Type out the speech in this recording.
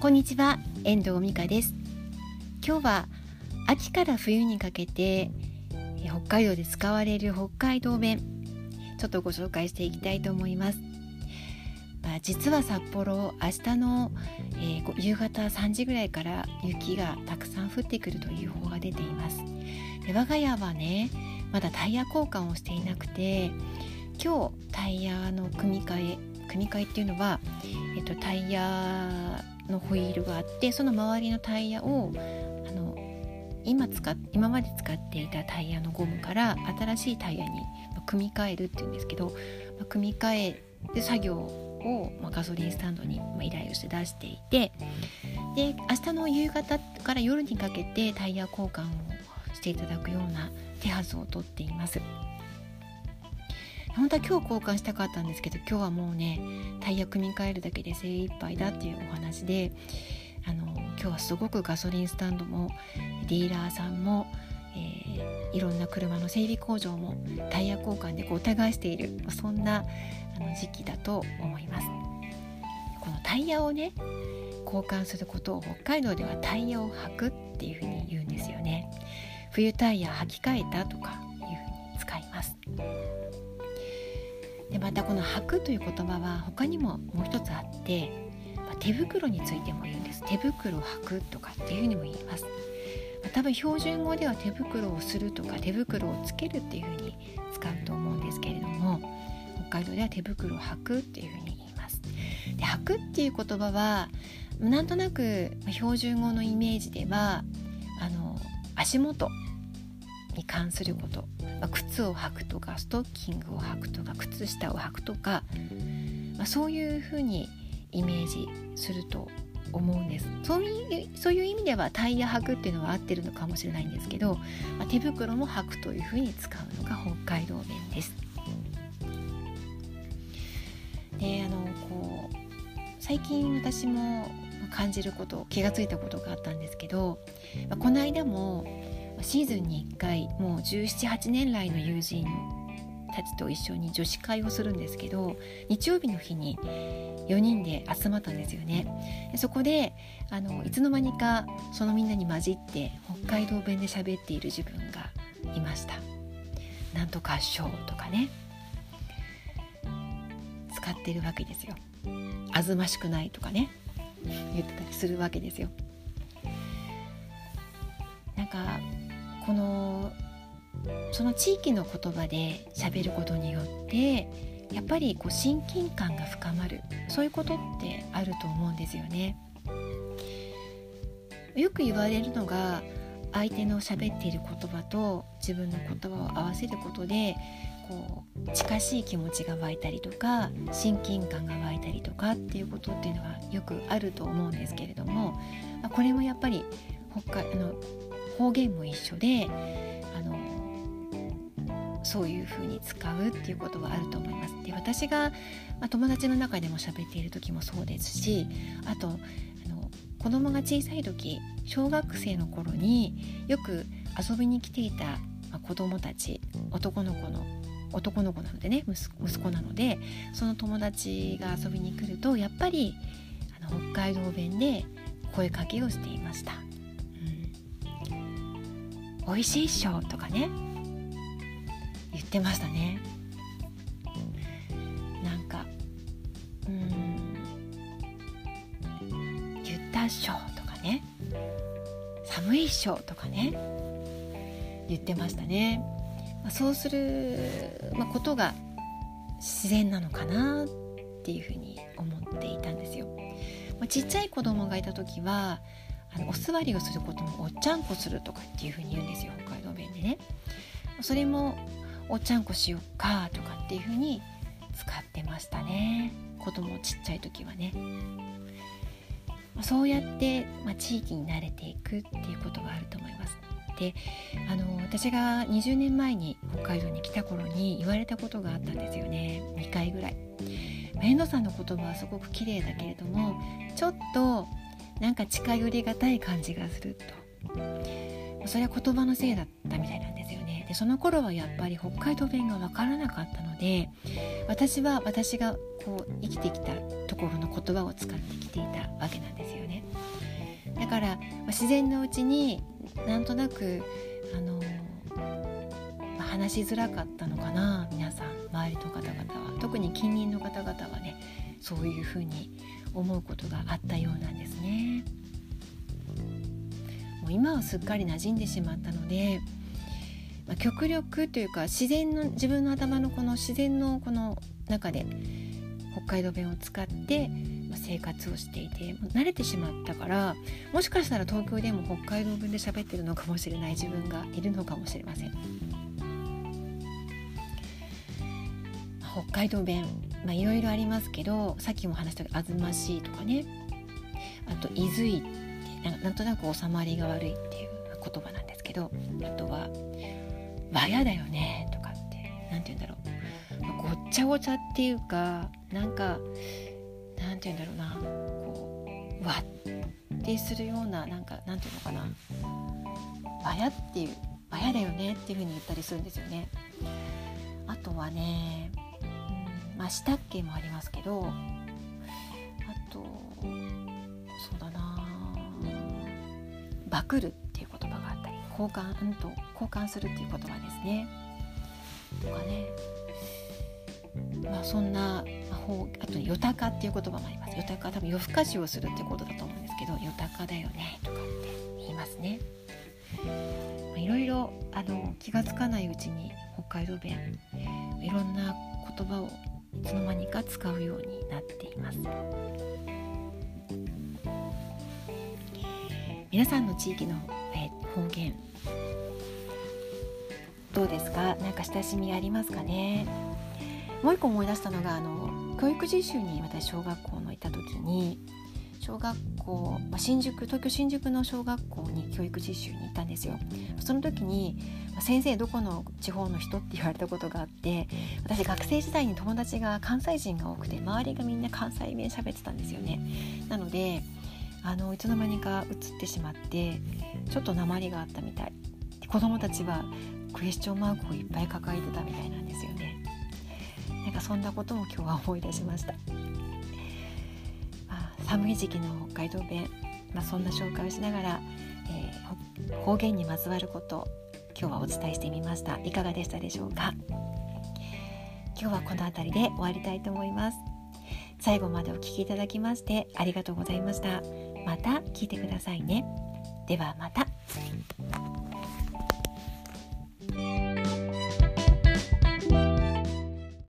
こんにちは、遠藤美香です。今日は秋から冬にかけて北海道で使われる北海道弁、ちょっとご紹介していきたいと思います。実は札幌、明日の、夕方3時ぐらいから雪がたくさん降ってくるという報が出ています。で、我が家はね、まだタイヤ交換をしていなくて、今日タイヤの組み替えっていうのは、タイヤのホイールがあって、その周りのタイヤを今まで使っていたタイヤのゴムから新しいタイヤに組み替えるっていうんですけど、組み替える作業をガソリンスタンドに依頼をして出していて、で明日の夕方から夜にかけてタイヤ交換をしていただくような手はずをとっています。本当は今日交換したかったんですけど、今日はもうね、タイヤ組み替えるだけで精一杯だっていうお話で、今日はすごくガソリンスタンドもディーラーさんも、いろんな車の整備工場もタイヤ交換でお互いしている、そんな時期だと思います。このタイヤをね、交換することを北海道ではタイヤを履くっていうふうに言うんですよね。冬タイヤ履き替えたとかいうふうに使います。でまたこの履くという言葉は他にももう一つあって、手袋についても言うんです。手袋を履くとかっていうふうにも言います。多分標準語では手袋をするとか手袋をつけるっていうふうに使うと思うんですけれども、北海道では手袋を履くっていうふうに言います。で、履くっていう言葉はなんとなく標準語のイメージでは足元に関すること、靴を履くとかストッキングを履くとか靴下を履くとか、そういうふうにイメージすると思うんです。そういう意味ではタイヤ履くっていうのは合ってるのかもしれないんですけど、手袋も履くというふうに使うのが北海道弁です。で最近私も感じること、気がついたことがあったんですけど、この間もシーズンに1回もう17、8年来の友人たちと一緒に女子会をするんですけど、日曜日の日に4人で集まったんですよね。でそこでいつの間にかそのみんなに混じって北海道弁で喋っている自分がいました。なんとかしょうとかね、使ってるわけですよ。あずましくないとかね、言ってたりするわけですよ。なんかその地域の言葉で喋ることによってやっぱり親近感が深まる、そういうことってあると思うんですよね。よく言われるのが、相手の喋っている言葉と自分の言葉を合わせることで近しい気持ちが湧いたりとか親近感が湧いたりとかっていうことっていうのはよくあると思うんですけれども、これもやっぱり方言も一緒でそういう風に使うっていうことはあると思います。で、私が友達の中でも喋っている時もそうですし、あと子供が小さい時、小学生の頃によく遊びに来ていた子供たち、男の子なのでね、息子なので、その友達が遊びに来るとやっぱり北海道弁で声かけをしていました。美味しいっしょとかね、言ってましたね。なんか言ったっしょとかね、寒いっしょとかね、言ってましたね。そうする、ことが自然なのかなっていうふうに思っていたんですよ。ちっちゃい子供がいた時はお座りをすることもおっちゃんこするとかっていうふうに言うんですよ、北海道弁でね。それもおっちゃんこしよっかとかっていうふうに使ってましたね、子供ちっちゃい時はね。そうやって、地域に慣れていくっていうことがあると思います。で私が20年前に北海道に来た頃に言われたことがあったんですよね。2回ぐらい。遠藤さんの言葉はすごく綺麗だけれども、ちょっとなんか近寄りがたい感じがすると。それは言葉のせいだったみたいなんですよね。でその頃はやっぱり北海道弁が分からなかったので、私が生きてきたところの言葉を使ってきていたわけなんですよね。 だから自然のうちになんとなく話しづらかったのかな、皆さん、周りの方々は。特に近隣の方々はね、そういうふうに思うことがあったようなんですね。もう今はすっかり馴染んでしまったので、極力というか自分の頭のこの自然のこの中で北海道弁を使って生活をしていて、慣れてしまったから、もしかしたら東京でも北海道弁で喋ってるのかもしれない自分がいるのかもしれません。北海道弁、いろいろありますけど、さっきも話したあずましいとかね、あといずいってなんとなく収まりが悪いっていう言葉なんですけど、あとはわやだよねとかってなんて言うんだろう、ごっちゃごちゃっていうか、なんかなんて言うんだろうな、こうわってするような、なんていうのかな、わやっていう、わやだよねっていう風に言ったりするんですよね。あとはね、したっけもありますけど、あとそうだな、バクるっていう言葉があったり、交換するっていう言葉ですねとかね、そんな、あとよたかっていう言葉もあります。よたか、多分夜更かしをするってことだと思うんですけど、よたかだよねとかって言いますね。いろいろ気がつかないうちに北海道弁、いろんな言葉をいつの間にか使うようになっています。皆さんの地域の方言どうですか？なんか親しみありますかね？もう一個思い出したのが、教育実習に私小学校の行った時に、小学校、東京新宿の小学校に教育実習に行ったんですよ。その時に先生どこの地方の人って言われたことがあって、私学生時代に友達が関西人が多くて、周りがみんな関西弁喋ってたんですよね。なのでいつの間にか移ってしまって、ちょっと訛りがあったみたい。子供たちはクエスチョンマークをいっぱい抱えてたみたいなんですよね。なんかそんなことも今日は思い出しました。寒い時期の北海道弁、そんな紹介をしながら、方言にまつわること今日はお伝えしてみました。いかがでしたでしょうか？今日はこの辺りで終わりたいと思います。最後までお聞きいただきましてありがとうございました。また聞いてくださいね。ではまた。